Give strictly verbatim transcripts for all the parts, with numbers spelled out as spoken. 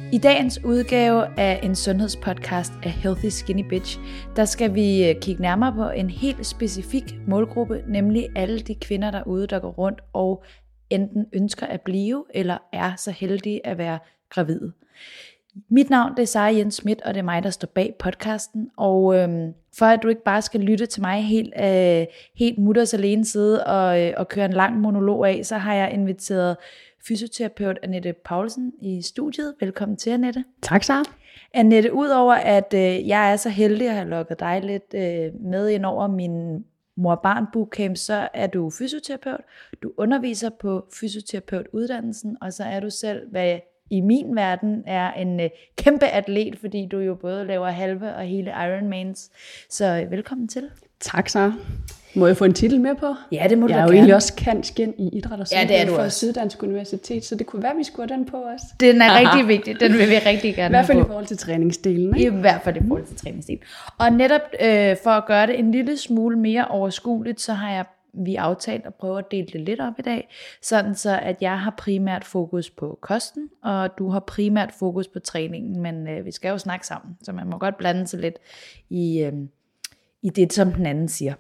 I dagens udgave af en sundhedspodcast af Healthy Skinny Bitch, der skal vi kigge nærmere på en helt specifik målgruppe, nemlig alle de kvinder derude, der går rundt og enten ønsker at blive, eller er så heldige at være gravide. Mit navn det er Sara Jens Schmidt, og det er mig, der står bag podcasten. Og øhm, for at du ikke bare skal lytte til mig helt, øh, helt mutters alene sidde og, øh, og køre en lang monolog af, så har jeg inviteret fysioterapeut Annette Paulsen i studiet. Velkommen til, Annette. Tak, Sara. Annette, udover at øh, jeg er så heldig at have lukket dig lidt øh, med ind over min mor-barn bootcamp, så er du fysioterapeut. Du underviser på fysioterapeutuddannelsen, og så er du selv, hvad i min verden er en øh, kæmpe atlet, fordi du jo både laver halve og hele Ironmans. Så øh, velkommen til. Tak, Sara. Må jeg få en titel med på? Ja, det må du gerne. Jeg er jo egentlig også cand.scient i idræt og ja, det er du fra også. Syddansk Universitet, så det kunne være, vi skulle have den på os. Den er rigtig vigtig, den vil vi rigtig gerne I hvert fald have i forhold til træningsdelen, ikke? I hvert fald i forhold til træningsdelen. Og netop øh, for at gøre det en lille smule mere overskueligt, så har jeg vi aftalt at prøve at dele det lidt op i dag, sådan så at jeg har primært fokus på kosten, og du har primært fokus på træningen, men øh, vi skal jo snakke sammen, så man må godt blande sig lidt i, øh, i det, som den anden siger.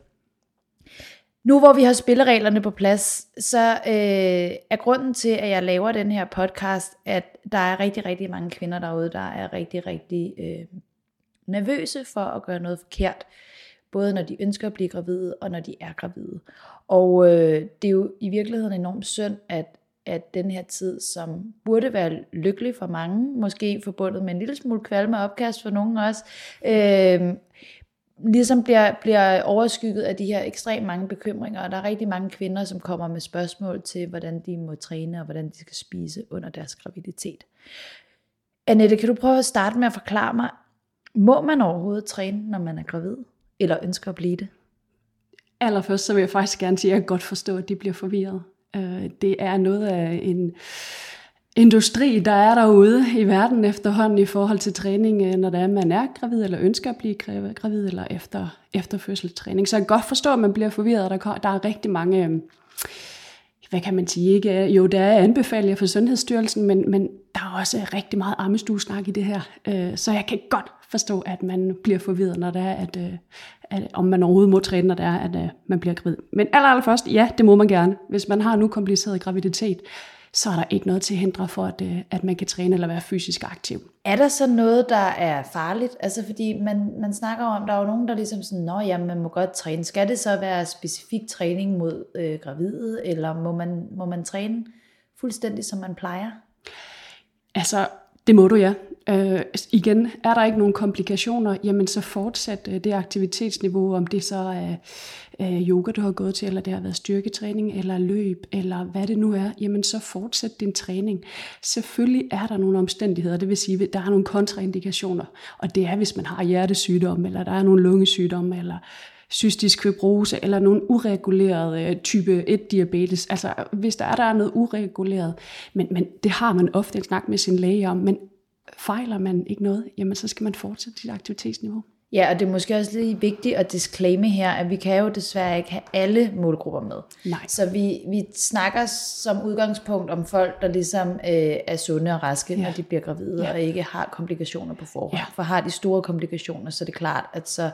Nu hvor vi har spillereglerne på plads, så øh, er grunden til, at jeg laver den her podcast, at der er rigtig, rigtig mange kvinder derude, der er rigtig, rigtig øh, nervøse for at gøre noget forkert. Både når de ønsker at blive gravide, og når de er gravide. Og øh, det er jo i virkeligheden enormt synd, at, at den her tid, som burde være lykkelig for mange, måske forbundet med en lille smule kvalme og opkast for nogen også, øh, ligesom bliver, bliver overskygget af de her ekstremt mange bekymringer. Og der er rigtig mange kvinder, som kommer med spørgsmål til, hvordan de må træne, og hvordan de skal spise under deres graviditet. Annette, kan du prøve at starte med at forklare mig, må man overhovedet træne, når man er gravid? Eller ønsker at blive det? Allerførst så vil jeg faktisk gerne sige, at jeg kan godt forstå, at de bliver forvirret. Det er noget af en industri, der er derude i verden efterhånden i forhold til træning, når der er, man er gravid, eller ønsker at blive gravid, eller efter, efter fødselstræning. Så jeg kan godt forstå, at man bliver forvirret. Der, der er rigtig mange, hvad kan man sige, ikke? Jo, der er anbefalinger fra Sundhedsstyrelsen, men, men der er også rigtig meget armestuesnak i det her. Så jeg kan godt forstå, at man bliver forvirret, når det er, at, at om man overhovedet må træne, når det er, at man bliver gravid. Men aller, aller først, ja, det må man gerne. Hvis man har en ukompliceret graviditet, så er der ikke noget til at hindre for, at, at man kan træne eller være fysisk aktiv. Er der så noget, der er farligt? Altså fordi man, man snakker om, der er jo nogen, der ligesom sådan, nå ja, man må godt træne. Skal det så være specifik træning mod øh, gravide, eller må man, må man træne fuldstændig, som man plejer? Altså, det må du, ja. Øh, igen, er der ikke nogen komplikationer, jamen så fortsæt øh, det aktivitetsniveau, om det så er øh, yoga, du har gået til, eller det har været styrketræning, eller løb, eller hvad det nu er, jamen så fortsæt din træning. Selvfølgelig er der nogle omstændigheder, det vil sige, at der er nogle kontraindikationer, og det er, hvis man har hjertesygdom, eller der er nogle lungesygdomme, eller cystisk fibrose, eller nogle ureguleret øh, type et diabetes. Altså, hvis der er, der er noget ureguleret, men, men det har man ofte en snak med sin læge om, men fejler man ikke noget, jamen så skal man fortsætte sit aktivitetsniveau. Ja, og det er måske også lige vigtigt at disclaime her, at vi kan jo desværre ikke have alle målgrupper med. Nej. Så vi, vi snakker som udgangspunkt om folk, der ligesom øh, er sunde og raske, ja. Når de bliver gravide, ja. Og ikke har komplikationer på forhånd. Ja. For har de store komplikationer, så er det klart, at så,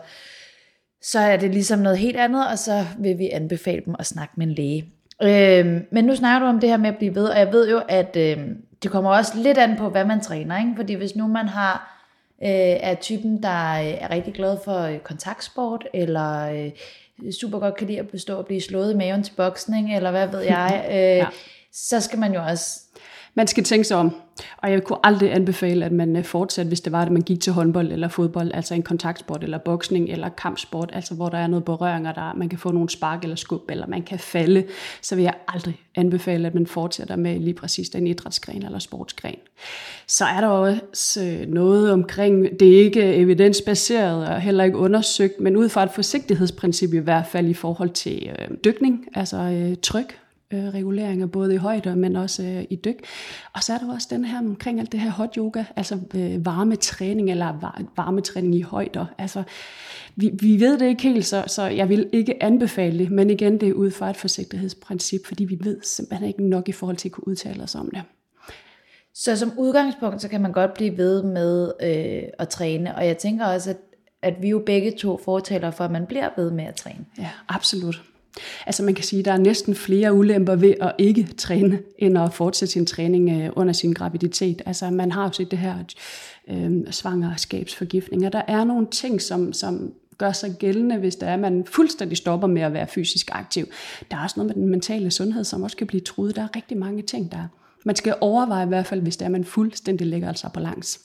så er det ligesom noget helt andet, og så vil vi anbefale dem at snakke med en læge. Øh, men nu snakker du om det her med at blive ved, og jeg ved jo, at øh, det kommer også lidt an på, hvad man træner, ikke? Fordi hvis nu man har øh, er typen, der er rigtig glad for kontaktsport, eller øh, super godt kan lide at bestå og blive slået i maven til boksning, eller hvad ved jeg, øh, ja. Så skal man jo også... Man skal tænke sig om, og jeg kunne aldrig anbefale, at man fortsatte, hvis det var, at man gik til håndbold eller fodbold, altså en kontaktsport eller boksning eller kampsport, altså hvor der er noget berøringer, der man kan få nogle spark eller skub, eller man kan falde, så vil jeg aldrig anbefale, at man fortsætter med lige præcis den idrætsgren eller sportsgren. Så er der også noget omkring, det er ikke evidensbaseret og heller ikke undersøgt, men ud fra et forsigtighedsprincip i hvert fald i forhold til øh, dykning, altså øh, tryk, reguleringer, både i højder, men også øh, i dyk. Og så er der også den her omkring alt det her hot yoga, altså øh, varmetræning eller varmetræning i højder. Altså, vi, vi ved det ikke helt, så, så jeg vil ikke anbefale det, men igen, det er ud fra et forsigtighedsprincip, fordi vi ved simpelthen ikke nok i forhold til at kunne udtale os om det. Så som udgangspunkt, så kan man godt blive ved med øh, at træne, og jeg tænker også, at, at vi jo begge to fortaler for, at man bliver ved med at træne. Ja, absolut. Altså man kan sige, at der er næsten flere ulemper ved at ikke træne, end at fortsætte sin træning under sin graviditet. Altså man har jo set det her øh, svangerskabsforgiftninger. Der er nogle ting, som, som gør sig gældende, hvis det er, at man fuldstændig stopper med at være fysisk aktiv. Der er også noget med den mentale sundhed, som også kan blive truet. Der er rigtig mange ting, der man skal overveje i hvert fald, hvis det er, at man fuldstændig lægger sig på langs.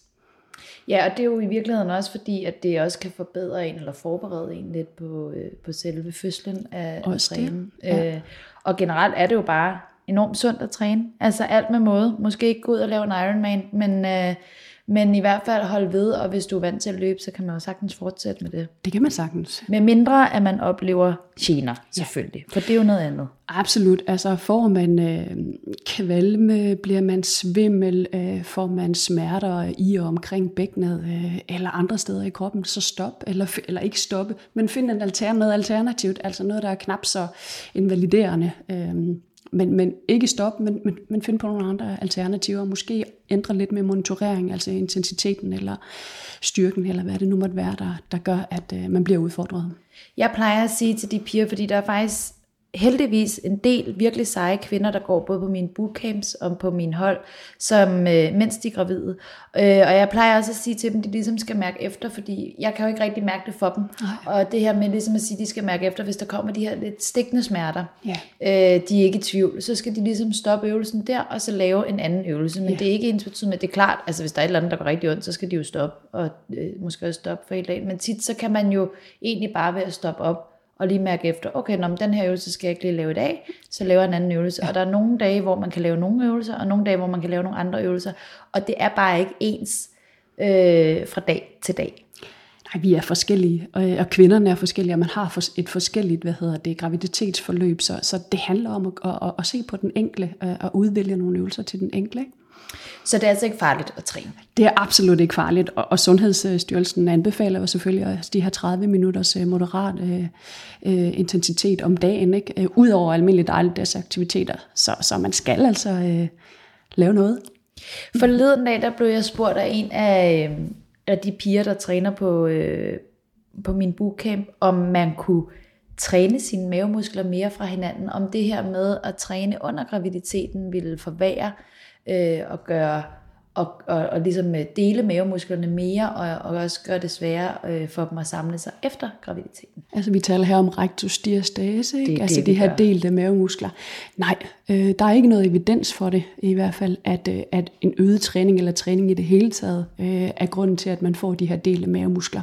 Ja, og det er jo i virkeligheden også fordi, at det også kan forbedre en, eller forberede en lidt på, øh, på selve fødslen af også træning. Ja. Øh, og generelt er det jo bare enormt sundt at træne. Altså alt med måde. Måske ikke gå ud og lave en Ironman, men, øh, men i hvert fald holde ved, og hvis du er vant til at løbe, så kan man jo sagtens fortsætte med det. Det kan man sagtens. Med mindre, at man oplever gener, selvfølgelig. Ja. For det er jo noget andet. Absolut. Altså får man øh, kvalme, bliver man svimmel, øh, får man smerter i og omkring bækkenet, øh, eller andre steder i kroppen, så stop, eller, eller ikke stoppe, men find en alter, noget alternativt, altså noget, der er knap så invaliderende. Øh, Men, men ikke stop, men, men, men find på nogle andre alternativer. Måske ændre lidt med monitorering, altså intensiteten eller styrken, eller hvad det nu måtte være, der, der gør, at øh, man bliver udfordret. Jeg plejer at sige til de piger, fordi der er faktisk heldigvis en del virkelig seje kvinder, der går både på mine bootcamps og på mine hold, som, øh, mens de er gravide. Øh, og jeg plejer også at sige til dem, at de ligesom skal mærke efter, fordi jeg kan jo ikke rigtig mærke det for dem. Ej. Og det her med ligesom at sige, at de skal mærke efter, hvis der kommer de her lidt stikkende smerter, ja. øh, de er ikke i tvivl, så skal de ligesom stoppe øvelsen der, og så lave en anden øvelse. Men ja. Det er ikke ensbetydende, men det er klart, altså hvis der er et eller andet, der går rigtig ondt, så skal de jo stoppe, og øh, måske også stoppe for hele dagen. Men tit så kan man jo egentlig bare ved at stoppe op, og lige mærke efter, okay, når den her øvelse skal jeg ikke lige lave i dag, så laver jeg en anden øvelse. Ja. Og der er nogle dage, hvor man kan lave nogle øvelser, og nogle dage, hvor man kan lave nogle andre øvelser. Og det er bare ikke ens øh, fra dag til dag. Nej, vi er forskellige, og, og kvinderne er forskellige, og man har et forskelligt, hvad hedder det, graviditetsforløb, så, så det handler om at, at, at se på den enkelte, og udvælge nogle øvelser til den enkelte, ikke? Så det er altså ikke farligt at træne? Det er absolut ikke farligt, og, og Sundhedsstyrelsen anbefaler jo selvfølgelig også de her tredive minutters moderat øh, øh, intensitet om dagen, ikke? Øh, ud over almindelige dagligdagsaktiviteter, så, så man skal altså øh, lave noget. Forleden dag, der blev jeg spurgt af en af, af de piger, der træner på, øh, på min bootcamp, om man kunne træne sine mavemuskler mere fra hinanden, om det her med at træne under graviditeten ville forværre øh, og gøre og, og, og ligesom dele mavemusklerne mere, og, og også gøre det sværere øh, for dem at samle sig efter graviditeten. Altså vi taler her om rectus diastase, ikke? Det Altså det, de her gør. delte mavemuskler. Nej, øh, der er ikke noget evidens for det i hvert fald, at, øh, at en øget træning eller træning i det hele taget øh, er grunden til, at man får de her delte mavemuskler.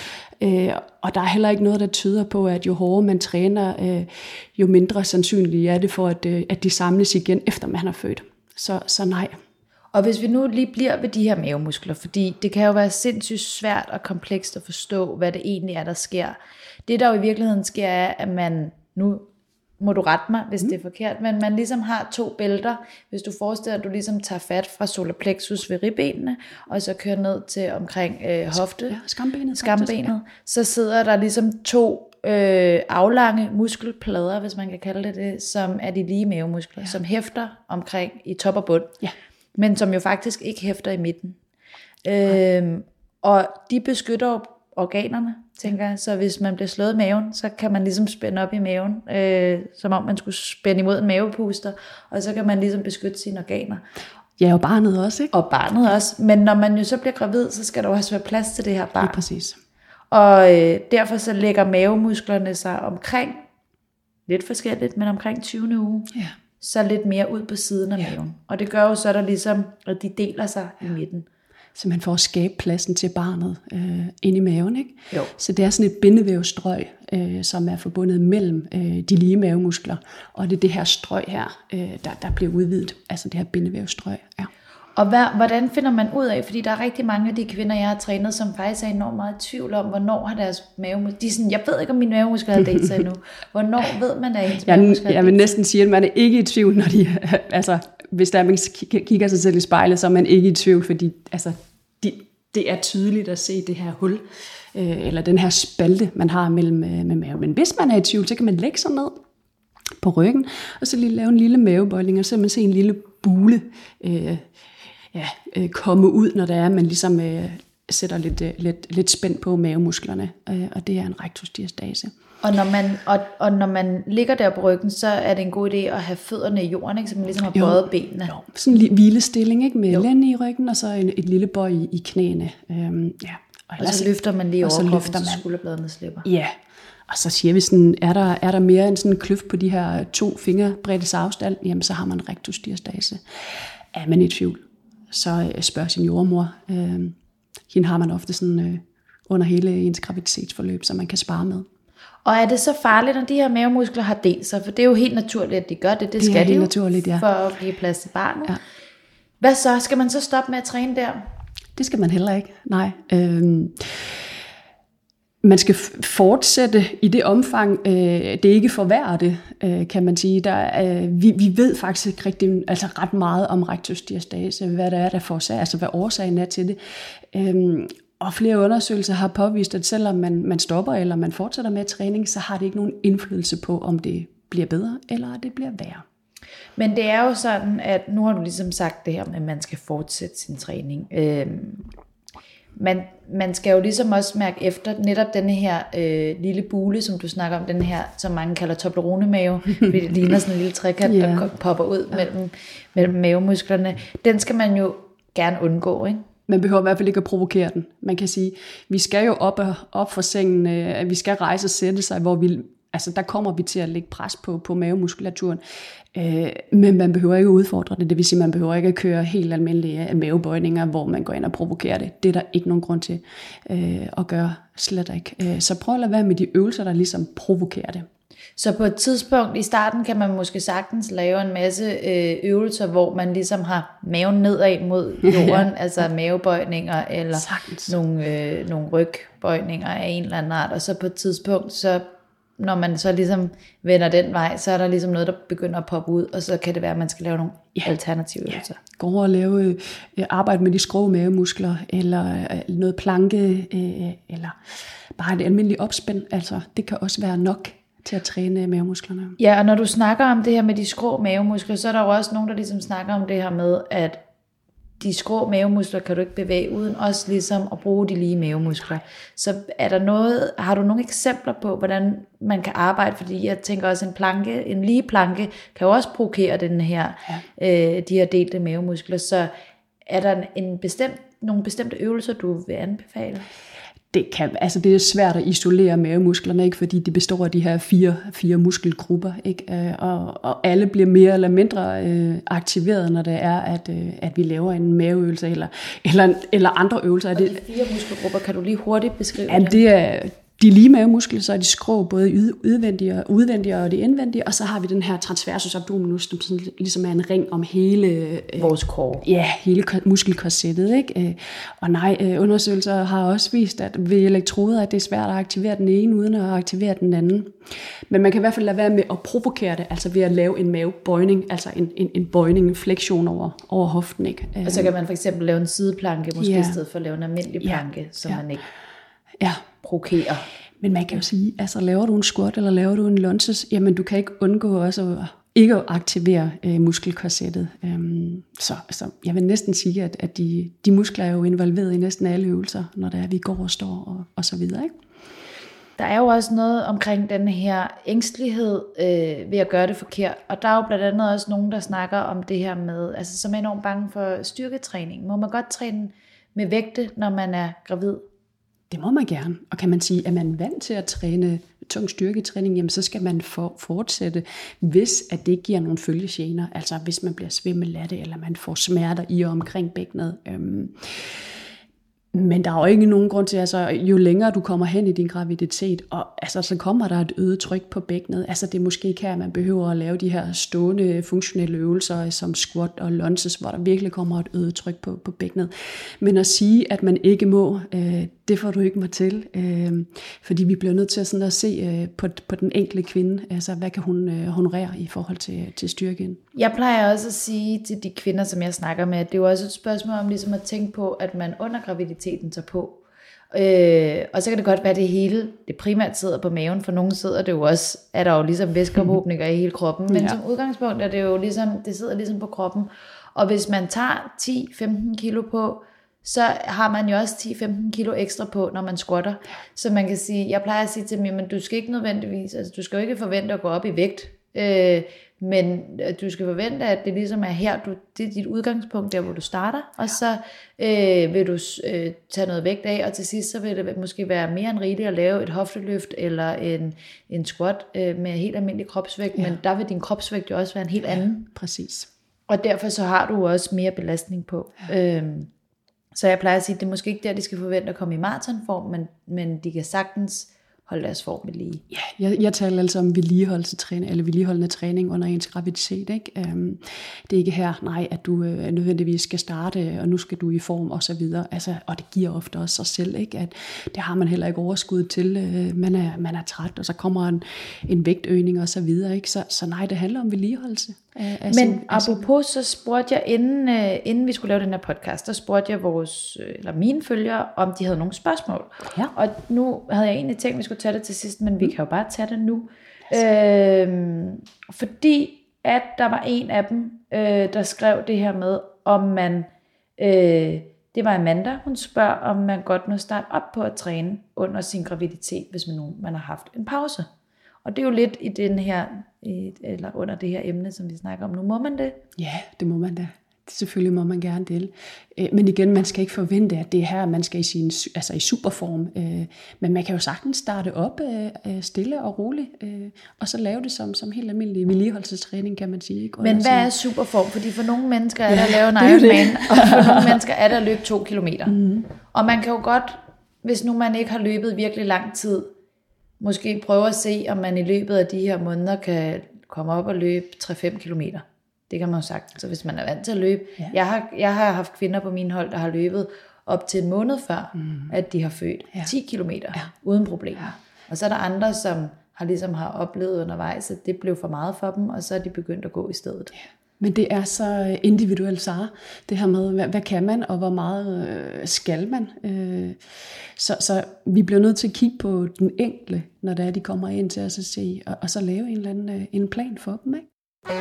Øh, og der er heller ikke noget, der tyder på, at jo hårdere man træner, øh, jo mindre sandsynligt er det for, at, øh, at de samles igen, efter man har født. Så, så nej. Og hvis vi nu lige bliver ved de her mavemuskler, fordi det kan jo være sindssygt svært og komplekst at forstå, hvad det egentlig er, der sker. Det der jo i virkeligheden sker, er, at man, nu må du rette mig, hvis mm. det er forkert, men man ligesom har to bælter. Hvis du forestiller, at du ligesom tager fat fra solar plexus ved ribbenene, og så kører ned til omkring øh, hofte, ja, skambenet, skambenet, ja. Så sidder der ligesom to øh, aflange muskelplader, hvis man kan kalde det det, som er de lige mavemuskler, ja. Som hæfter omkring i top og bund. Ja. Men som jo faktisk ikke hæfter i midten. Øhm, og de beskytter jo organerne, tænker jeg. Så hvis man bliver slået i maven, så kan man ligesom spænde op i maven, øh, som om man skulle spænde imod en mavepuster, og så kan man ligesom beskytte sine organer. Ja, og barnet også, ikke? Og barnet også. Men når man jo så bliver gravid, så skal der jo også være plads til det her barn. Ja, præcis. Og øh, derfor så lægger mavemusklerne sig omkring, lidt forskelligt, men omkring tyvende uge. Ja. Så lidt mere ud på siden af maven. Ja. Og det gør jo så, der ligesom, at de deler sig ja. I midten. Så man får at skabe pladsen til barnet øh, inde i maven, ikke? Jo. Så det er sådan et bindevævstrøg, øh, som er forbundet mellem øh, de lige mavemuskler. Og det er det her strøg her, øh, der, der bliver udvidet. Altså det her bindevævstrøg, ja. Og hvad, hvordan finder man ud af, fordi der er rigtig mange af de kvinder, jeg har trænet, som faktisk er enormt meget i tvivl om, hvornår har deres mavemuskler, de er sådan, jeg ved ikke, om mine mavemuskler har delt sig endnu. Hvornår ved man, at ens mavemuskler har Jeg vil næsten sige, at man er ikke i tvivl, når de, altså, hvis der man kigger sig selv i spejlet, så er man ikke i tvivl, fordi altså, de, det er tydeligt at se det her hul, øh, eller den her spalte, man har mellem øh, med maven. Men hvis man er i tvivl, så kan man lægge sig ned på ryggen, og så lige lave en lille mavebøjning, og så kan man se en lille bule, øh, ja, øh, komme ud, når det er, man ligesom øh, sætter lidt, øh, lidt, lidt spænd på mavemusklerne, øh, og det er en rektusdiastase. Og når, man, og, og når man ligger der på ryggen, så er det en god idé at have fødderne i jorden, ikke? Så man ligesom har bøjet benene. Jo, sådan en hvilestilling, ikke? Med lænd i ryggen, og så en, et lille bøj i, i knæene. Øhm, ja. Og, og så løfter man lige over kroppen, så skulderbladene slipper. Ja, og så siger vi sådan, er der, er der mere end sådan en kløft på de her to fingerbreddes afstand, jamen så har man rektusdiastase. Er man i tvivl, så spørg sin jordmor. Øhm, hende har man ofte sådan øh, under hele ens graviditetsforløb, så man kan spare med. Og er det så farligt, når de her mavemuskler har delt sig? For det er jo helt naturligt, at de gør det. Det, det skal de jo, naturligt, ja. For at give plads til barnet. Ja. Hvad så? Skal man så stoppe med at træne der? Det skal man heller ikke, nej. Øhm, man skal fortsætte i det omfang, øh, det ikke forværrer det, øh, kan man sige. Der, øh, vi, vi ved faktisk ikke rigtig, altså ret meget om rektusdiastase, hvad der er, der forårsager, altså hvad årsagen er til det. Øhm, Og flere undersøgelser har påvist, at selvom man, man stopper eller man fortsætter med træning, så har det ikke nogen indflydelse på, om det bliver bedre eller det bliver værre. Men det er jo sådan, at nu har du ligesom sagt det her med, at man skal fortsætte sin træning. Øhm, man, man skal jo ligesom også mærke efter netop denne her øh, lille bule, som du snakker om, den her, som mange kalder Toblerone-mave, fordi det ligner sådan en lille trekant, yeah. der popper ud ja. mellem, mellem mavemusklerne. Den skal man jo gerne undgå, ikke? Man behøver i hvert fald ikke at provokere den. Man kan sige, vi skal jo op, op for sengen, at vi skal rejse og sætte sig, hvor vi, altså der kommer vi til at lægge pres på, på mavemuskulaturen. Øh, men man behøver ikke at udfordre det. Det vil sige, man behøver ikke at køre helt almindelige mavebøjninger, hvor man går ind og provokerer det. Det er der ikke nogen grund til øh, at gøre, slet ikke. Øh, så prøv at lade være med de øvelser, der ligesom provokerer det. Så på et tidspunkt i starten kan man måske sagtens lave en masse øh, øvelser, hvor man ligesom har maven nedad mod jorden, ja. Altså mavebøjninger eller nogle, øh, nogle rygbøjninger af en eller anden art, og så på et tidspunkt, så når man så ligesom vender den vej, så er der ligesom noget, der begynder at poppe ud, og så kan det være, at man skal lave nogle ja. alternative øvelser. Ja. Gå over og lave øh, arbejde med de skrå mavemuskler, eller øh, noget planke, øh, eller bare et almindeligt opspænd, altså det kan også være nok til at træne mavemusklerne. Ja, og når du snakker om det her med de skrå mavemuskler, så er der jo også nogen, der ligesom snakker om det her med, at de skrå mavemuskler kan du ikke bevæge uden også ligesom at bruge de lige mavemuskler. Så er der noget, har du nogle eksempler på, hvordan man kan arbejde? Fordi jeg tænker også, en planke, en lige planke kan jo også provokere den her, ja. øh, de her delte mavemuskler. Så er der en bestemt, nogle bestemte øvelser, du vil anbefale? Det, kan, altså det er svært at isolere mavemusklerne, ikke? Fordi de består af de her fire, fire muskelgrupper, ikke? Og, og alle bliver mere eller mindre øh, aktiveret, når det er, at, øh, at vi laver en maveøvelse eller, eller, eller andre øvelser. Og de fire muskelgrupper, kan du lige hurtigt beskrive jamen, det? Er de lige mavemuskler, så er de skrå både udvendige og udvendige og de indvendige, og så har vi den her transversus abdominus, som ligesom er en ring om hele øh, vores kår. Ja, hele muskelkorsettet, ikke? Og nej, undersøgelser har også vist, at ved elektroder, at det er svært at aktivere den ene uden at aktivere den anden. Men man kan i hvert fald lade være med at provokere det, altså ved at lave en mavebøjning, altså en, en, en bøjning, en fleksion over, over hoften, ikke? Og så kan man for eksempel lave en sideplanke, måske ja. i stedet for at lave en almindelig planke, ja. så ja. man ikke ja. provokerer. Men man kan jo sige, altså laver du en squat, eller laver du en lunges, jamen du kan ikke undgå også at, ikke at aktivere øh, muskelkorsettet. Øhm, så, så jeg vil næsten sige, at, at de, de muskler er jo involveret i næsten alle øvelser, når det er, vi går og står og, og så videre, ikke? Der er jo også noget omkring den her ængstelighed øh, ved at gøre det forkert, og der er jo blandt andet også nogen, der snakker om det her med, altså som er enormt bange for styrketræning. Må man godt træne med vægte, når man er gravid? Det må man gerne, og kan man sige, at man er vant til at træne tung styrketræning, jamen så skal man for, fortsætte, hvis at det giver nogle følgegener, altså hvis man bliver svimmel af det, eller man får smerter i og omkring bækkenet. Øhm, Men der er jo ikke nogen grund til, altså jo længere du kommer hen i din graviditet, og altså så kommer der et øget tryk på bækkenet. Altså det er måske ikke her, at man behøver at lave de her stående funktionelle øvelser som squat og lunges, hvor der virkelig kommer et øget tryk på, på bækkenet. Men at sige, at man ikke må, øh, det får du ikke mig til. Øh, fordi vi bliver nødt til sådan at se øh, på, på den enkelte kvinde, altså hvad kan hun øh, honorere i forhold til, til styrken. Jeg plejer også at sige til de kvinder, som jeg snakker med, at det er jo også et spørgsmål om ligesom at tænke på, at man under graviditeten tager på. Øh, og så kan det godt være, at det hele, det primært sidder på maven, for nogen sidder det jo også, er der jo ligesom væskeophobninger i hele kroppen, men ja. Som udgangspunkt er det jo ligesom, det sidder ligesom på kroppen. Og hvis man tager ti til femten kilo på, så har man jo også ti til femten kilo ekstra på, når man squatter. Så man kan sige, jeg plejer at sige til mig, men du skal ikke nødvendigvis, altså du skal jo ikke forvente at gå op i vægt, øh, men du skal forvente, at det ligesom er her, du, det er dit udgangspunkt, der hvor du starter, og så øh, vil du øh, tage noget vægt af, og til sidst så vil det måske være mere end rigeligt at lave et hofteløft, eller en, en squat øh, med helt almindelig kropsvægt, ja. Men der vil din kropsvægt jo også være en helt anden. Ja, præcis. Og derfor så har du også mere belastning på. Ja. Øhm, så jeg plejer at sige, at det er måske ikke der, de skal forvente at komme i maratonform, men, men de kan sagtens holde deres form ved lige. Ja, jeg, jeg taler altså om vedligeholdelsestræning, eller vedligeholdende træning under ens graviditet. Ikke? Um, det er ikke her, nej, at du øh, nødvendigvis skal starte, og nu skal du i form og så videre. Altså, og det giver ofte også sig selv, ikke? At det har man heller ikke overskud til. Uh, man, er, man er træt, og så kommer en, en vægtøgning og så videre. Ikke? Så, så nej, det handler om vedligeholdelse. Af, af Men sin, apropos, så spurgte jeg, inden, øh, inden vi skulle lave den her podcast, der spurgte jeg vores, eller mine følgere, om de havde nogle spørgsmål. Ja. Og nu havde jeg egentlig tænkt, at vi skulle tage det til sidst, men vi kan jo bare tage det nu. Øh, fordi at der var en af dem, øh, der skrev det her med, om man, øh, det var Amanda, hun spørger, om man godt må starte op på at træne under sin graviditet, hvis man, nu, man har haft en pause. Og det er jo lidt i den her, eller under det her emne, som vi snakker om nu. Må man det? Ja, det må man da. Selvfølgelig må man gerne det. Men igen, man skal ikke forvente, at det er her, man skal i sin, altså i superform. Men man kan jo sagtens starte op stille og roligt, og så lave det som, som helt almindelig vedligeholdelsestræning, kan man sige. Ikke? Men hvad er superform? Fordi for nogle mennesker er der at lave en Ironman, og for nogle mennesker er der at løbe to kilometer. Mm-hmm. Og man kan jo godt, hvis nu man ikke har løbet virkelig lang tid, måske prøve at se, om man i løbet af de her måneder kan komme op og løbe tre til fem kilometer. Det kan man jo sagt. Så hvis man er vant til at løbe. Ja. Jeg, har, jeg har haft kvinder på min hold, der har løbet op til en måned før, mm. at de har født ja. ti kilometer ja. uden problemer. Ja. Og så er der andre, som har ligesom har oplevet undervejs, at det blev for meget for dem, og så er de begyndt at gå i stedet. Ja. Men det er så individuelt, Sara. Det her med, hvad, hvad kan man, og hvor meget øh, skal man. Øh, så, så vi bliver nødt til at kigge på den enkelte, når det er, de kommer ind til os at se, og, og så lave en eller anden øh, en plan for dem, ikke?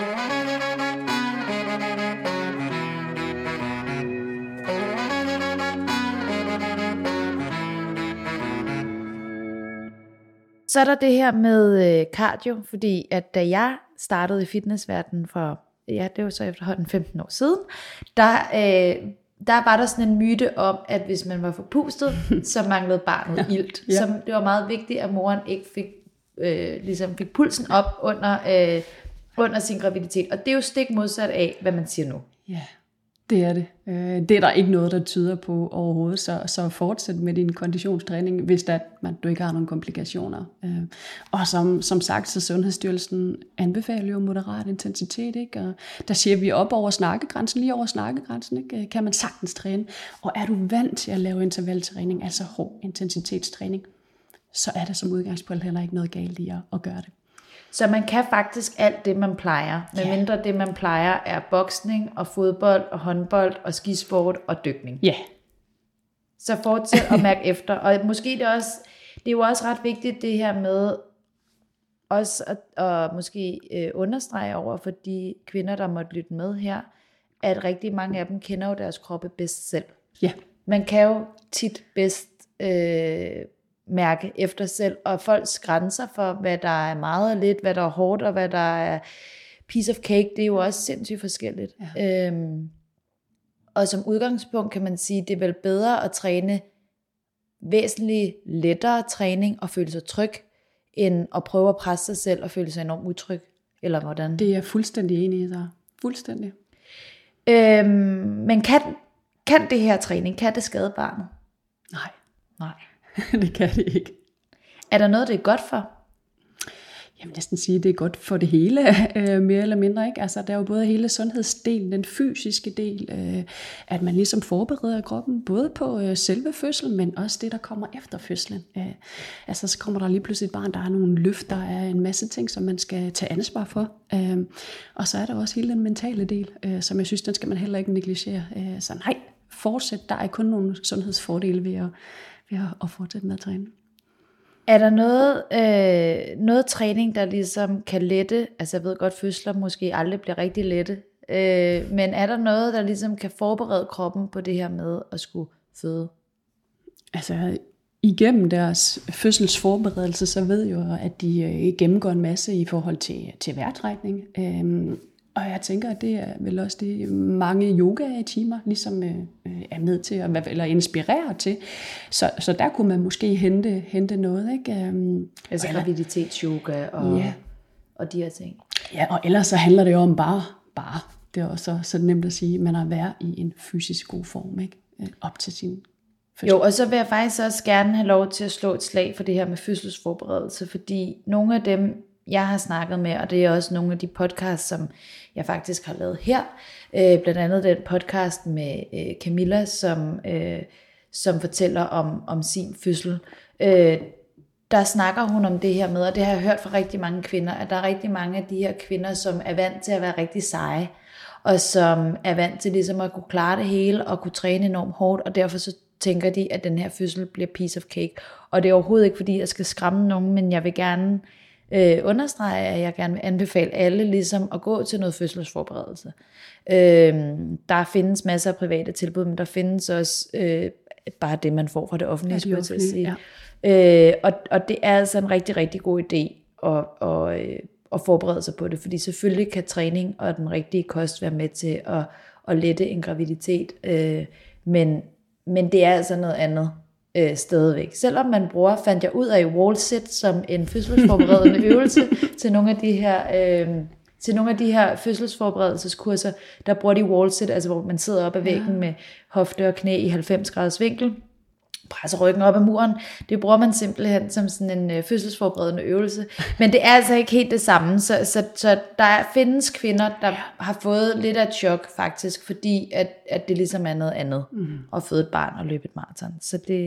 Så er der det her med øh, cardio, fordi at da jeg startede i fitnessverdenen for, ja, det var så efterhånden femten år siden, der, øh, der var der sådan en myte om, at hvis man var forpustet, så manglede barnet ja. ilt. Ja. Så det var meget vigtigt, at moren ikke fik, øh, ligesom fik pulsen op under, øh, under sin graviditet. Og det er jo stik modsat af, hvad man siger nu. Ja. Det er det. Det er der ikke noget, der tyder på overhovedet, så, så fortsæt med din konditionstræning, hvis der, man, du ikke har nogle komplikationer. Og som, som sagt, så Sundhedsstyrelsen anbefaler jo moderat intensitet, ikke? Og der siger vi op over snakkegrænsen, lige over snakkegrænsen, ikke? Kan man sagtens træne. Og er du vant til at lave intervaltræning, altså hård intensitetstræning, så er der som udgangspunkt heller ikke noget galt i at, at gøre det. Så man kan faktisk alt det, man plejer, medmindre yeah. det, man plejer, er boksning og fodbold og håndbold og skisport og dykning. Ja. Yeah. Så fortsæt at mærke efter. Og måske det er også, det er jo også ret vigtigt det her med også at, at måske øh, understrege over for de kvinder, der måtte lytte med her, at rigtig mange af dem kender jo deres kroppe bedst selv. Ja. Yeah. Man kan jo tit bedst øh, mærke efter selv, og folks grænser for, hvad der er meget og lidt, hvad der er hårdt, og hvad der er piece of cake, det er jo også sindssygt forskelligt. Ja. Øhm, og som udgangspunkt kan man sige, det er vel bedre at træne væsentligt lettere træning og føle sig tryg, end at prøve at presse sig selv og føle sig enormt utryg, eller hvordan? Det er jeg fuldstændig enig i, så fuldstændig. Øhm, men kan, kan det her træning, kan det skade barnet? Nej. Nej. Det kan det ikke. Er der noget, det er godt for? Jeg vil næsten sige, at det er godt for det hele, øh, mere eller mindre. Ikke? Altså, der er jo både hele sundhedsdelen, den fysiske del, øh, at man ligesom forbereder kroppen, både på øh, selve fødslen, men også det, der kommer efter fødslen. Øh, altså, så kommer der lige pludselig et barn, der er nogle løft, der er en masse ting, som man skal tage ansvar for. Øh, og så er der også hele den mentale del, øh, som jeg synes, den skal man heller ikke negligere. Øh, så nej, fortsæt, der er kun nogle sundhedsfordele ved at ved at fortsætte med at træne. Er der noget, øh, noget træning, der ligesom kan lette, altså jeg ved godt, fødsler måske aldrig bliver rigtig lette, øh, men er der noget, der ligesom kan forberede kroppen på det her med at skulle føde? Altså igennem deres fødselsforberedelse, så ved jeg jo, at de øh, gennemgår en masse i forhold til, til vejrtrækning. Øhm, og jeg tænker, at det er vel også det, mange yoga-timer ligesom øh, er med til, at, eller inspirerer til. Så, så der kunne man måske hente, hente noget. Ikke? Øhm, altså graviditetsyoga og, ja. og de her ting. Ja, og ellers så handler det jo om bare, bare. Det er også så nemt at sige, at man har været i en fysisk god form, ikke? Op til sin fødsel. Jo, og så vil jeg faktisk også gerne have lov til at slå et slag for det her med fødselsforberedelse, fordi nogle af dem, jeg har snakket med, og det er også nogle af de podcasts, som jeg faktisk har lavet her, øh, blandt andet den podcast med øh, Camilla, som, øh, som fortæller om, om sin fødsel. Øh, der snakker hun om det her med, og det har jeg hørt fra rigtig mange kvinder, at der er rigtig mange af de her kvinder, som er vant til at være rigtig seje, og som er vant til ligesom at kunne klare det hele, og kunne træne enormt hårdt, og derfor så tænker de, at den her fødsel bliver piece of cake. Og det er overhovedet ikke, fordi jeg skal skræmme nogen, men jeg vil gerne øh, understrege, at jeg gerne vil anbefale alle ligesom at gå til noget fødselsforberedelse. Øh, der findes masser af private tilbud, men der findes også øh, bare det, man får fra det offentlige, skulle jeg til at sige. Ja. Øh, og, og det er altså en rigtig, rigtig god idé at, at, øh, at forberede sig på det, fordi selvfølgelig kan træning og den rigtige kost være med til at, at lette en graviditet, øh, men Men det er altså noget andet øh, stadigvæk. Selvom man bruger, fandt jeg ud af wall sit som en fødselsforberedende øvelse til nogle af de her øh, til nogle af de her fødselsforberedelseskurser, der bruger de wall sit, altså hvor man sidder op ad væggen ja. med hofte og knæ i halvfems graders vinkel, presser ryggen op ad muren. Det bruger man simpelthen som sådan en øh, fødselsforberedende øvelse. Men det er altså ikke helt det samme. Så, så, så der findes kvinder, der ja. har fået lidt af et chok faktisk, fordi at, at det ligesom er noget andet mm. at føde et barn og løbe et maraton. Så det,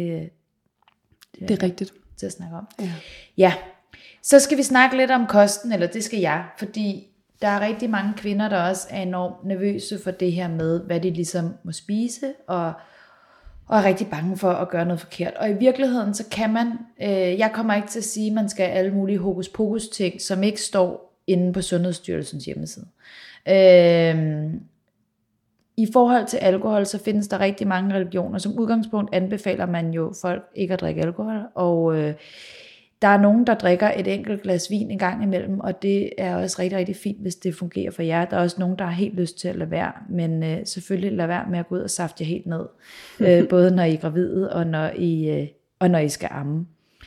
det, det er rigtigt til at snakke om. Ja. ja. Så skal vi snakke lidt om kosten, eller det skal jeg, fordi der er rigtig mange kvinder, der også er enormt nervøse for det her med, hvad de ligesom må spise, og og er rigtig bange for at gøre noget forkert. Og i virkeligheden, så kan man, øh, jeg kommer ikke til at sige, at man skal have alle mulige hokus pokus ting, som ikke står inde på Sundhedsstyrelsens hjemmeside. Øh, I forhold til alkohol, så findes der rigtig mange religioner. Som udgangspunkt anbefaler man jo folk ikke at drikke alkohol, og øh, der er nogen, der drikker et enkelt glas vin en gang imellem, og det er også rigtig, rigtig fint, hvis det fungerer for jer. Der er også nogen, der har helt lyst til at lade være, men øh, selvfølgelig lad være med at gå ud og safte jer helt ned. øh, både når I er gravide, og når I, øh, og når I skal amme.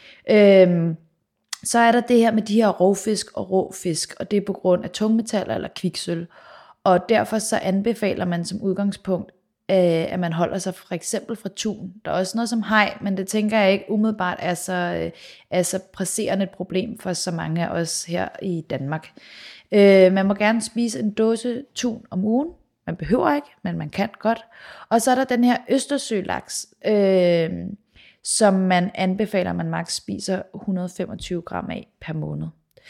Øhm, så er der det her med de her rovfisk og råfisk, og det er på grund af tungmetaller eller kviksølv. Og derfor så anbefaler man som udgangspunkt, at man holder sig for eksempel fra tun. Der er også noget som haj, men det tænker jeg ikke umiddelbart er så, er så presserende et problem for så mange af os her i Danmark. Øh, man må gerne spise en dåse tun om ugen. Man behøver ikke, men man kan godt. Og så er der den her østersølaks, øh, som man anbefaler, man maks spiser et hundrede og femogtyve gram af per måned.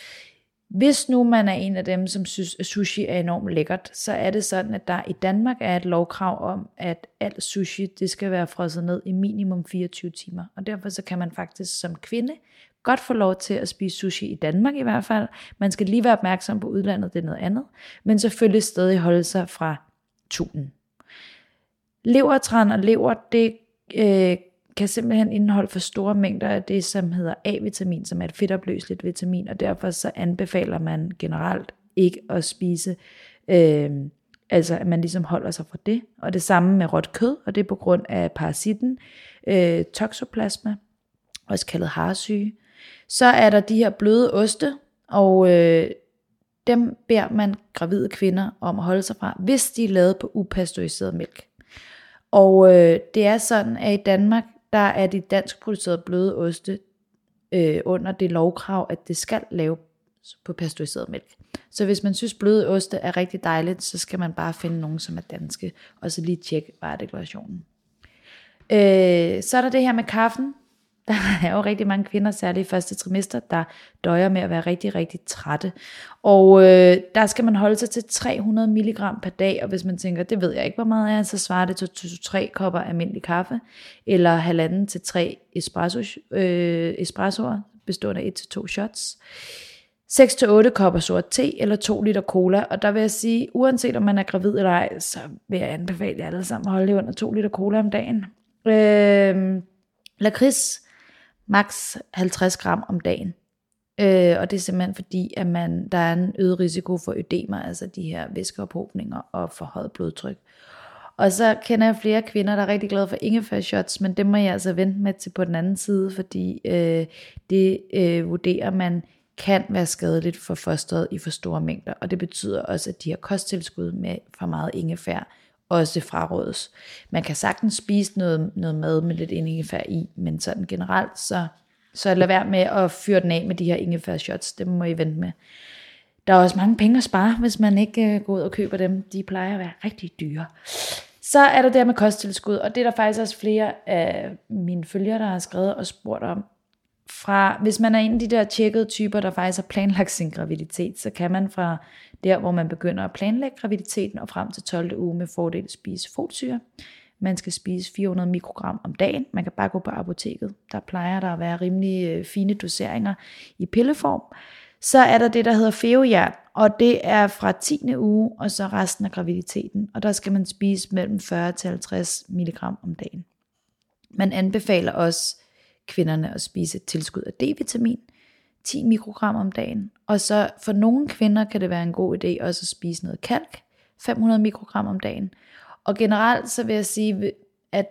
Hvis nu man er en af dem, som synes, at sushi er enormt lækkert, så er det sådan, at der i Danmark er et lovkrav om, at alt sushi, det skal være frosset ned i minimum fireogtyve timer. Og derfor så kan man faktisk som kvinde godt få lov til at spise sushi i Danmark i hvert fald. Man skal lige være opmærksom på udlandet, det er noget andet. Men selvfølgelig stadig holde sig fra tunen. Levertran og lever, det øh, kan simpelthen indeholde for store mængder af det, som hedder A-vitamin, som er et fedtopløseligt vitamin, og derfor så anbefaler man generelt ikke at spise, øh, altså at man ligesom holder sig fra det. Og det samme med råt kød, og det er på grund af parasitten øh, toxoplasma, også kaldet harsyge. Så er der de her bløde oste, og øh, dem beder man gravide kvinder om at holde sig fra, hvis de er lavet på upasteuriseret mælk. Og øh, det er sådan, at i Danmark, der er de dansk producerede bløde oste øh, under det lovkrav, at det skal lave på pasteuriseret mælk. Så hvis man synes bløde oste er rigtig dejligt, så skal man bare finde nogen, som er danske, og så lige tjekke varedeklarationen. Øh, så er der det her med kaffen. der er jo rigtig mange kvinder, særligt i første trimester, der døjer med at være rigtig, rigtig trætte. Og øh, der skal man holde sig til tre hundrede milligram per dag, og hvis man tænker, det ved jeg ikke, hvor meget er, så svarer det til tre kopper almindelig kaffe, eller halvanden til tre espresso, øh, espressoer, bestående af et til to shots, seks til otte kopper sort te, eller to liter cola, og der vil jeg sige, uanset om man er gravid eller ej, så vil jeg anbefale jer alle sammen at holde under to liter cola om dagen. Øh, lakrids, maks halvtreds gram om dagen. Øh, og det er simpelthen fordi, at man, der er en øget risiko for ødemer, altså de her væskeophobninger og forhøjet blodtryk. Og så kender jeg flere kvinder, der er rigtig glade for ingefærshots, men det må jeg altså vente med til på den anden side, fordi øh, det øh, vurderer man kan være skadeligt for fosteret i for store mængder. Og det betyder også, at de her kosttilskud med for meget ingefær også frarådes. Man kan sagtens spise noget, noget mad med lidt ingefær i, men sådan generelt, så, så lad være med at fyre den af med de her ingefærshots. Det må I vente med. Der er også mange penge at spare, hvis man ikke går ud og køber dem. De plejer at være rigtig dyre. Så er der det med kosttilskud, og det er der faktisk også flere af mine følgere, der har skrevet og spurgt om. Fra, hvis man er en af de der tjekkede typer, der faktisk har planlagt sin graviditet, så kan man fra der, hvor man begynder at planlægge graviditeten og frem til tolvte uge med fordel spise folsyre. Man skal spise fire hundrede mikrogram om dagen. Man kan bare gå på apoteket. Der plejer der at være rimelig fine doseringer i pilleform. Så er der det, der hedder feojern, og det er fra tiende uge og så resten af graviditeten. Og der skal man spise mellem fyrre til halvtreds milligram om dagen. Man anbefaler også kvinderne at spise et tilskud af D-vitamin, ti mikrogram om dagen. Og så for nogle kvinder kan det være en god idé også at spise noget kalk, fem hundrede mikrogram om dagen. Og generelt så vil jeg sige, at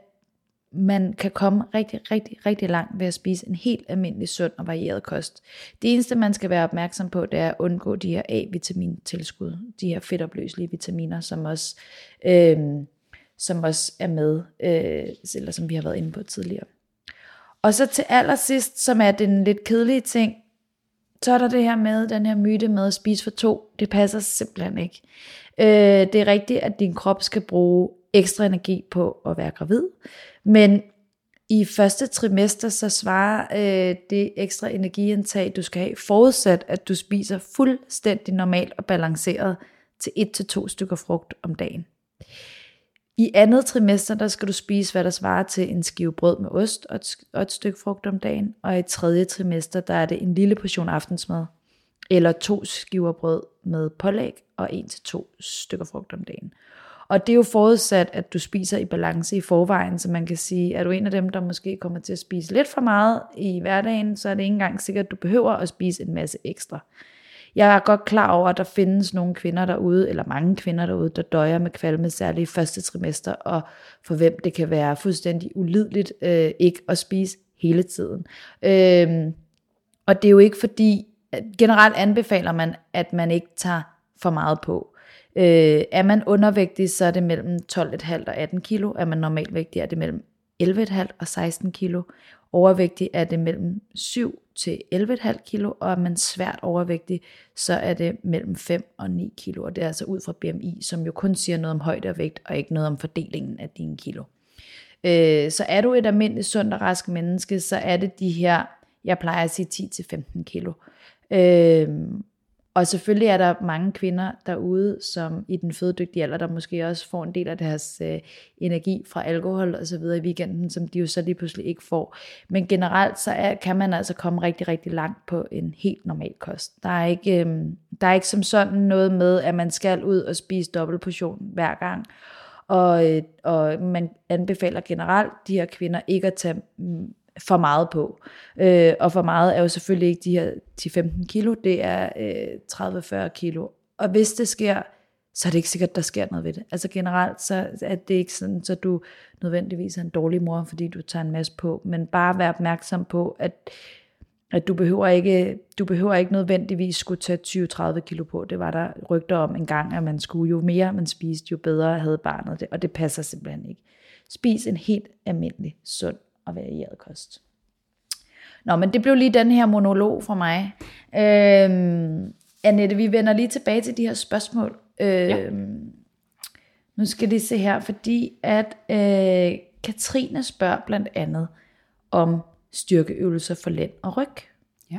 man kan komme rigtig, rigtig, rigtig langt ved at spise en helt almindelig sund og varieret kost. Det eneste man skal være opmærksom på, det er at undgå de her A-vitamin-tilskud, de her fedtopløselige vitaminer, som også, øh, som også er med, øh, eller som vi har været inde på tidligere. Og så til allersidst, som er den lidt kedelige ting, så er der det her med, den her myte med at spise for to. Det passer simpelthen ikke. Øh, det er rigtigt, at din krop skal bruge ekstra energi på at være gravid, men i første trimester, så svarer øh, det ekstra energiindtag, du skal have, forudsat, at du spiser fuldstændig normalt og balanceret til et til to stykker frugt om dagen. I andet trimester, der skal du spise, hvad der svarer til en skive brød med ost og et, og et stykke frugt om dagen. Og i tredje trimester, der er det en lille portion aftensmad, eller to skiver brød med pålæg og en til to stykker frugt om dagen. Og det er jo forudsat, at du spiser i balance i forvejen, så man kan sige, er du en af dem, der måske kommer til at spise lidt for meget i hverdagen, så er det ikke engang sikkert, at du behøver at spise en masse ekstra. Jeg er godt klar over, at der findes nogle kvinder derude, eller mange kvinder derude, der døjer med kvalme, særligt i første trimester, og for hvem det kan være fuldstændig ulideligt øh, ikke at spise hele tiden. Øh, og det er jo ikke fordi, generelt anbefaler man, at man ikke tager for meget på. Øh, er man undervægtig, så er det mellem tolv komma fem og atten kilo. Er man normalvægtig, er det mellem elleve komma fem og seksten kilo. Overvægtig er det mellem syv til elleve komma fem kilo, og er man svært overvægtig, så er det mellem fem og ni kilo. Og det er altså ud fra B M I, som jo kun siger noget om højde og vægt, og ikke noget om fordelingen af dine kilo. Øh, så er du et almindeligt sundt og rask menneske, så er det de her, jeg plejer at sige ti til femten kilo. Øh, Og selvfølgelig er der mange kvinder derude, som i den fødedygtige alder, der måske også får en del af deres øh, energi fra alkohol og så videre i weekenden, som de jo så lige pludselig ikke får. Men generelt så er, kan man altså komme rigtig, rigtig langt på en helt normal kost. Der er ikke, øh, der er ikke som sådan noget med, at man skal ud og spise dobbelt portion hver gang. Og, øh, og man anbefaler generelt de her kvinder ikke at tage for meget på. Øh, og for meget er jo selvfølgelig ikke de her ti til femten kilo, det er øh, tredive til fyrre kilo. Og hvis det sker, så er det ikke sikkert, der sker noget ved det. Altså generelt, så er det ikke sådan, så du nødvendigvis er en dårlig mor, fordi du tager en masse på, men bare vær opmærksom på, at, at du behøver ikke, du behøver ikke nødvendigvis skulle tage tyve til tredive kilo på. Det var der rygter om en gang, at man skulle, jo mere man spiste, jo bedre havde barnet det, og det passer simpelthen ikke. Spis en helt almindelig, sund og varieret kost. Nå, men det blev lige den her monolog fra mig. Øhm, Annette, vi vender lige tilbage til de her spørgsmål. Øhm, ja. Nu skal de se her, fordi at øh, Katrine spørger blandt andet om styrkeøvelser for lænd og ryg. Ja.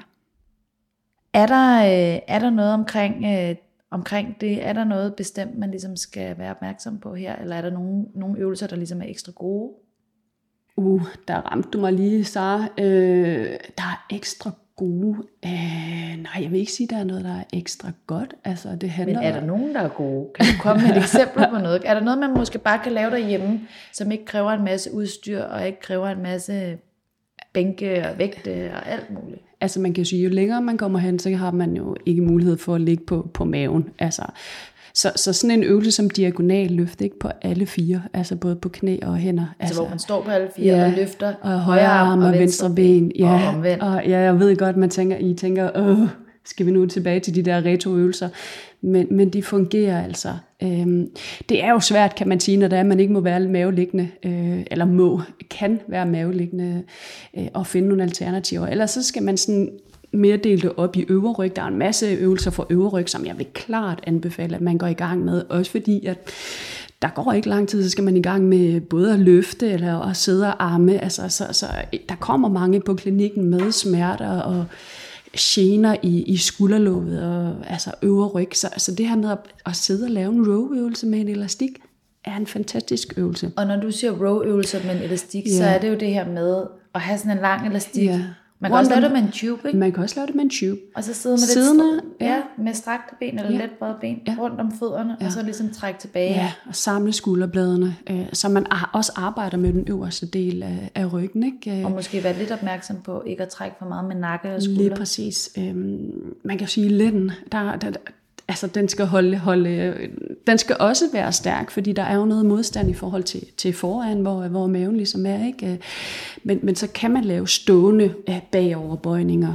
Er der, øh, er der noget omkring, øh, omkring det? Er der noget bestemt, man ligesom skal være opmærksom på her? Eller er der nogle, nogle øvelser, der ligesom er ekstra gode? Uh, der ramte du mig lige, Sara. Øh, der er ekstra gode. Øh, nej, jeg vil ikke sige, at der er noget, der er ekstra godt. Altså, det handler. Men er der nogen, der er gode? Kan du komme med et eksempel på noget? Er der noget, man måske bare kan lave derhjemme, som ikke kræver en masse udstyr, og ikke kræver en masse bænke og vægte og alt muligt? Altså man kan sige, jo længere man kommer hen, så har man jo ikke mulighed for at ligge på, på maven. Altså, så, så sådan en øvelse som diagonal løft, ikke, på alle fire, altså både på knæ og hænder. Altså, altså hvor man står på alle fire ja, og løfter og højre arm og, og venstre ben. Ja, og omvendt. Og ja, jeg ved godt, man tænker, I tænker, åh, skal vi nu tilbage til de der retroøvelser? Men, men de fungerer altså. Øhm, det er jo svært, kan man sige, når det er, man ikke må være maveliggende, øh, eller må, kan være maveliggende, øh, og finde nogle alternativer. Ellers så skal man sådan mere dele det op i øverryg. Der er en masse øvelser for øverryg, som jeg vil klart anbefale, at man går i gang med. Også fordi, at der går ikke lang tid, så skal man i gang med både at løfte eller at sidde og arme. Altså, så, så der kommer mange på klinikken med smerter og gener i, i skulderlåget og altså øvre ryg. Så, så det her med at, at sidde og lave en row-øvelse med en elastik, er en fantastisk øvelse. Og når du siger row-øvelser med en elastik, ja. så er det jo det her med at have sådan en lang elastik. Ja. Man kan One også lave det med en tube, ikke? Man kan også lave det med en tube. Og så sidde med Siddende, lidt ja. ja, med strakte ben eller ja. let brede ben ja. rundt om fødderne, ja. og så ligesom trække tilbage. Ja, og samle skulderbladene, øh, så man også arbejder med den øverste del af, af ryggen, ikke? Og måske være lidt opmærksom på ikke at trække for meget med nakke og skulder. Lige præcis. Øh, man kan sige lænden, der, der, altså den skal holde, holde, den skal også være stærk, fordi der er jo noget modstand i forhold til, til foran, hvor, hvor maven ligesom er, ikke? Men, men så kan man lave stående bagoverbøjninger.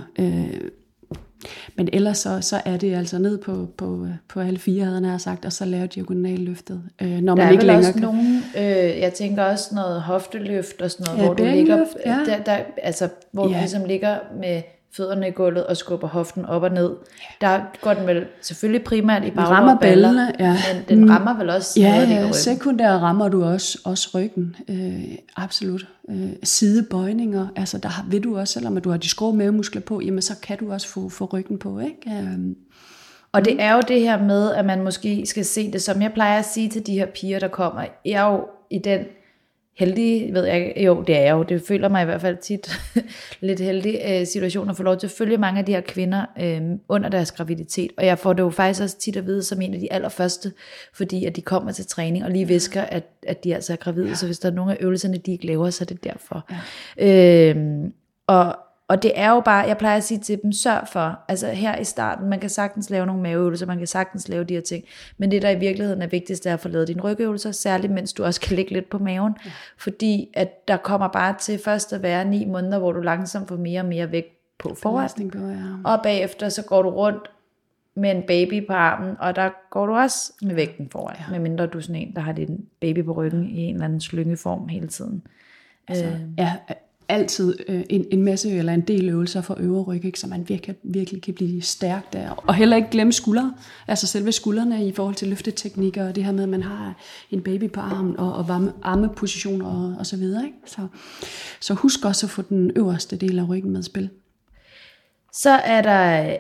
Men ellers så, så er det altså ned på, på, på alle fire, havde jeg sagt, og så lave diagonalløftet, når der man ikke længere kan. Der er vel også nogen, øh, jeg tænker også noget hofteløft og sådan noget, ja, hvor du ligger, ja. der, der, altså, hvor ja. du ligesom ligger med fødderne i gulvet og skubber hoften op og ned. Der går den vel selvfølgelig primært i baglov rammer ballene, ja. Men den rammer vel også ja, noget af det ryggen. Sekundært rammer du også, også ryggen. Øh, absolut. Øh, sidebøjninger, altså der vil du også, selvom du har de skrå mavemuskler på, jamen så kan du også få, få ryggen på, ikke? Øh, og det er jo det her med, at man måske skal se det, som jeg plejer at sige til de her piger, der kommer. Jeg er jo i den heldig, ved jeg, jo det er jeg jo, det føler mig i hvert fald tit lidt heldig øh, situation at få lov til at følge mange af de her kvinder øh, under deres graviditet, og jeg får det jo faktisk også tit at vide som en af de allerførste, fordi at de kommer til træning og lige visker, at, at de altså er gravide, ja. Så hvis der er nogle af øvelserne, de ikke laver, så er det derfor. Ja. Øh, og Og det er jo bare, jeg plejer at sige til dem, sørg for, altså her i starten, man kan sagtens lave nogle maveøvelser, man kan sagtens lave de her ting, men det der i virkeligheden er vigtigst, er at få lavet dine rygøvelser, særligt mens du også kan ligge lidt på maven, ja. Fordi at der kommer bare til først at være ni måneder, hvor du langsomt får mere og mere vægt på foran, på, ja. Og bagefter så går du rundt med en baby på armen, og der går du også med vægten foran, ja. Medmindre du er sådan en, der har din baby på ryggen i en eller anden slyngeform hele tiden. Altså, øh. ja, altid øh, en, en masse eller en del øvelser for øvre ryg, ikke, så man virkelig, virkelig kan blive stærk der. Og heller ikke glemme skuldre, altså selve skuldrene i forhold til løfteteknikker, og det her med, at man har en baby på armen, og, og varme, armepositioner og, og så videre. Ikke? Så, så husk også at få den øverste del af ryggen med spil. Så er der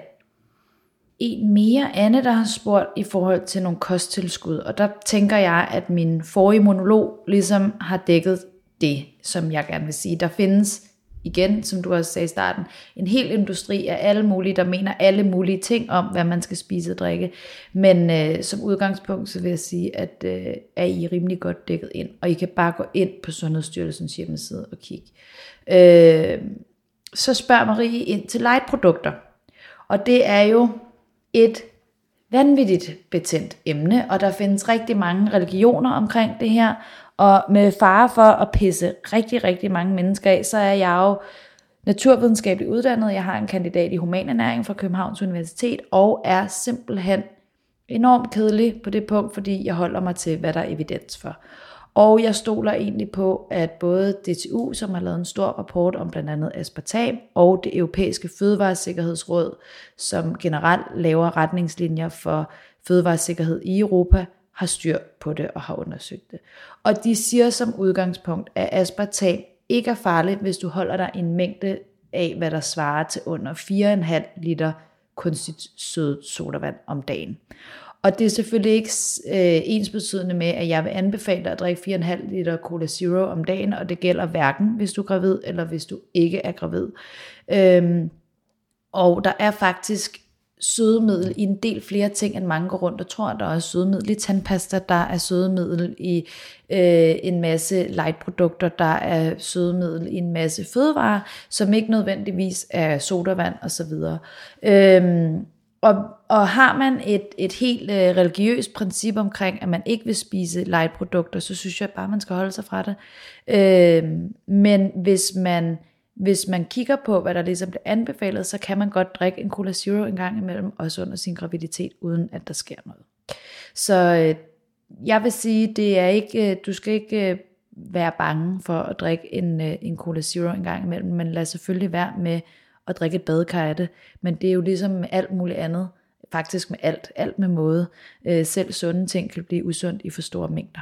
en mere, Anne, der har spurgt i forhold til nogle kosttilskud, og der tænker jeg, at min forrige monolog ligesom har dækket det, som jeg gerne vil sige. Der findes, igen, som du også sagde i starten, en hel industri af alle mulige, der mener alle mulige ting om, hvad man skal spise og drikke. Men øh, som udgangspunkt, så vil jeg sige, at øh, er I rimelig godt dækket ind. Og I kan bare gå ind på Sundhedsstyrelsens hjemmeside og kigge. Øh, så spørger Marie ind til light-produkter. Og det er jo et vanvittigt betændt emne, og der findes rigtig mange religioner omkring det her, og med fare for at pisse rigtig, rigtig mange mennesker af, så er jeg jo naturvidenskabeligt uddannet. Jeg har en kandidat i humanernæring fra Københavns Universitet, og er simpelthen enormt kedelig på det punkt, fordi jeg holder mig til, hvad der er evidens for. Og jeg stoler egentlig på, at både D T U, som har lavet en stor rapport om blandt andet aspartam, og det europæiske fødevaresikkerhedsråd, som generelt laver retningslinjer for fødevaresikkerhed i Europa, har styr på det og har undersøgt det. Og de siger som udgangspunkt, at aspartam ikke er farligt, hvis du holder dig en mængde af, hvad der svarer til under fire komma fem liter kunstigt sød sodavand om dagen. Og det er selvfølgelig ikke øh, ensbetydende med, at jeg vil anbefale dig at drikke fire komma fem liter Cola Zero om dagen, og det gælder hverken, hvis du er gravid, eller hvis du ikke er gravid. Øhm, og der er faktisk sødemiddel i en del flere ting, end mange går rundt og tror. Der er sødemiddel i tandpasta, der er sødemiddel i øh, en masse lightprodukter, der er sødemiddel i en masse fødevarer, som ikke nødvendigvis er sodavand osv. Øhm, og, og har man et, et helt øh, religiøst princip omkring, at man ikke vil spise lightprodukter, så synes jeg bare, man skal holde sig fra det. Øhm, men hvis man Hvis man kigger på, hvad der ligesom bliver anbefalet, så kan man godt drikke en Cola Zero en gang imellem, også under sin graviditet, uden at der sker noget. Så øh, jeg vil sige, det er ikke, øh, du skal ikke øh, være bange for at drikke en, øh, en Cola Zero en gang imellem, men lad selvfølgelig være med at drikke et badekar af det. Men det er jo ligesom med alt muligt andet, faktisk med alt, alt med måde. Øh, selv sunde ting kan blive usundt i for store mængder.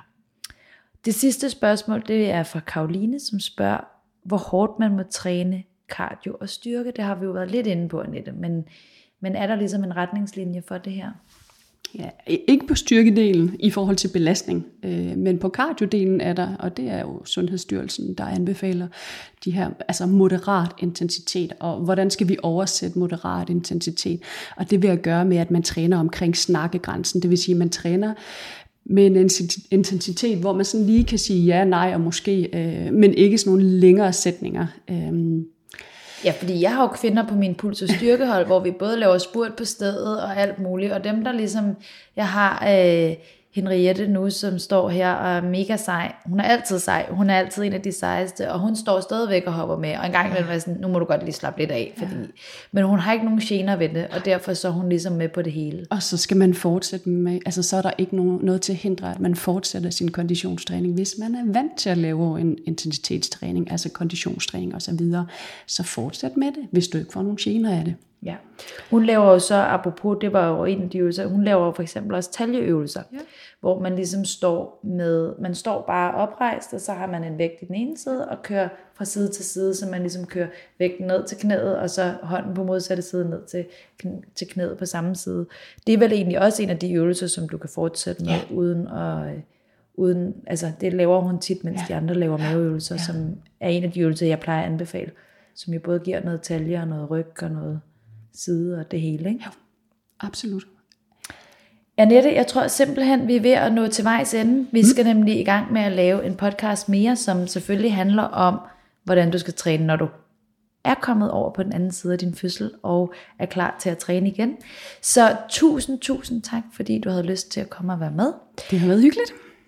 Det sidste spørgsmål, det er fra Karoline, som spørger, hvor hårdt man må træne cardio og styrke. Det har vi jo været lidt inde på, Annette, men, men er der ligesom en retningslinje for det her? Ja, ikke på styrkedelen i forhold til belastning, øh, men på cardiodelen er der, og det er jo Sundhedsstyrelsen, der anbefaler de her, altså moderat intensitet, og hvordan skal vi oversætte moderat intensitet? Og det vil jeg gøre med, at man træner omkring snakkegrænsen, det vil sige, at man træner med en intensitet, hvor man sådan lige kan sige ja, nej og måske, øh, men ikke sådan nogle længere sætninger. Øh. Ja, fordi jeg har jo kvinder på min puls- og styrkehold, hvor vi både laver spurt på stedet og alt muligt, og dem der ligesom, jeg har øh, Henriette nu, som står her og er mega sej. Hun er altid sej, hun er altid en af de sejeste, og hun står stadigvæk og hopper med, og en gang imellem er sådan, nu må du godt lige slappe lidt af, fordi, ja. Men hun har ikke nogen gener ved det, og derfor så er hun ligesom med på det hele. Og så skal man fortsætte med, altså så er der ikke nogen, noget til at hindre, at man fortsætter sin konditionstræning, hvis man er vant til at lave en intensitetstræning, altså konditionstræning og så videre, så fortsæt med det, hvis du ikke får nogen gener af det. Ja, hun laver jo så, apropos, det var jo en af de øvelser, hun laver jo for eksempel også taljeøvelser, ja. Hvor man ligesom står med, man står bare oprejst, og så har man en vægt i den ene side, og kører fra side til side, så man ligesom kører vægten ned til knæet, og så hånden på modsatte side ned til, til knæet på samme side. Det er vel egentlig også en af de øvelser, som du kan fortsætte med, ja. uden at, uden, altså det laver hun tit, mens ja. de andre laver maveøvelser, ja. som er en af de øvelser, jeg plejer at anbefale, som jo både giver noget talje og noget ryg og noget side og det hele, ikke? Ja, absolut. Annette, jeg tror simpelthen, vi er ved at nå til vejs ende. Vi skal mm. nemlig i gang med at lave en podcast mere, som selvfølgelig handler om, hvordan du skal træne, når du er kommet over på den anden side af din fødsel, og er klar til at træne igen. Så tusind, tusind tak, fordi du havde lyst til at komme og være med. Det har været hyggeligt.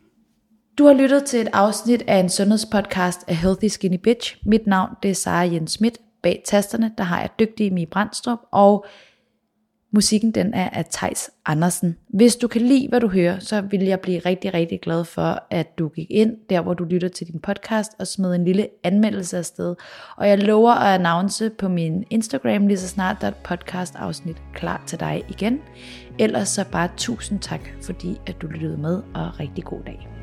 Du har lyttet til et afsnit af en sundhedspodcast af Healthy Skinny Bitch. Mit navn, det er Sara Jens Schmidt. Bag tasterne, der har jeg dygtige Mie Brandstrup, og musikken den er af Theis Andersen. Hvis du kan lide, hvad du hører, så vil jeg blive rigtig, rigtig glad for, at du gik ind der, hvor du lytter til din podcast, og smed en lille anmeldelse afsted. Og jeg lover at announce på min Instagram, lige så snart der er et podcast afsnit klar til dig igen. Ellers så bare tusind tak, fordi at du lyttede med, og rigtig god dag.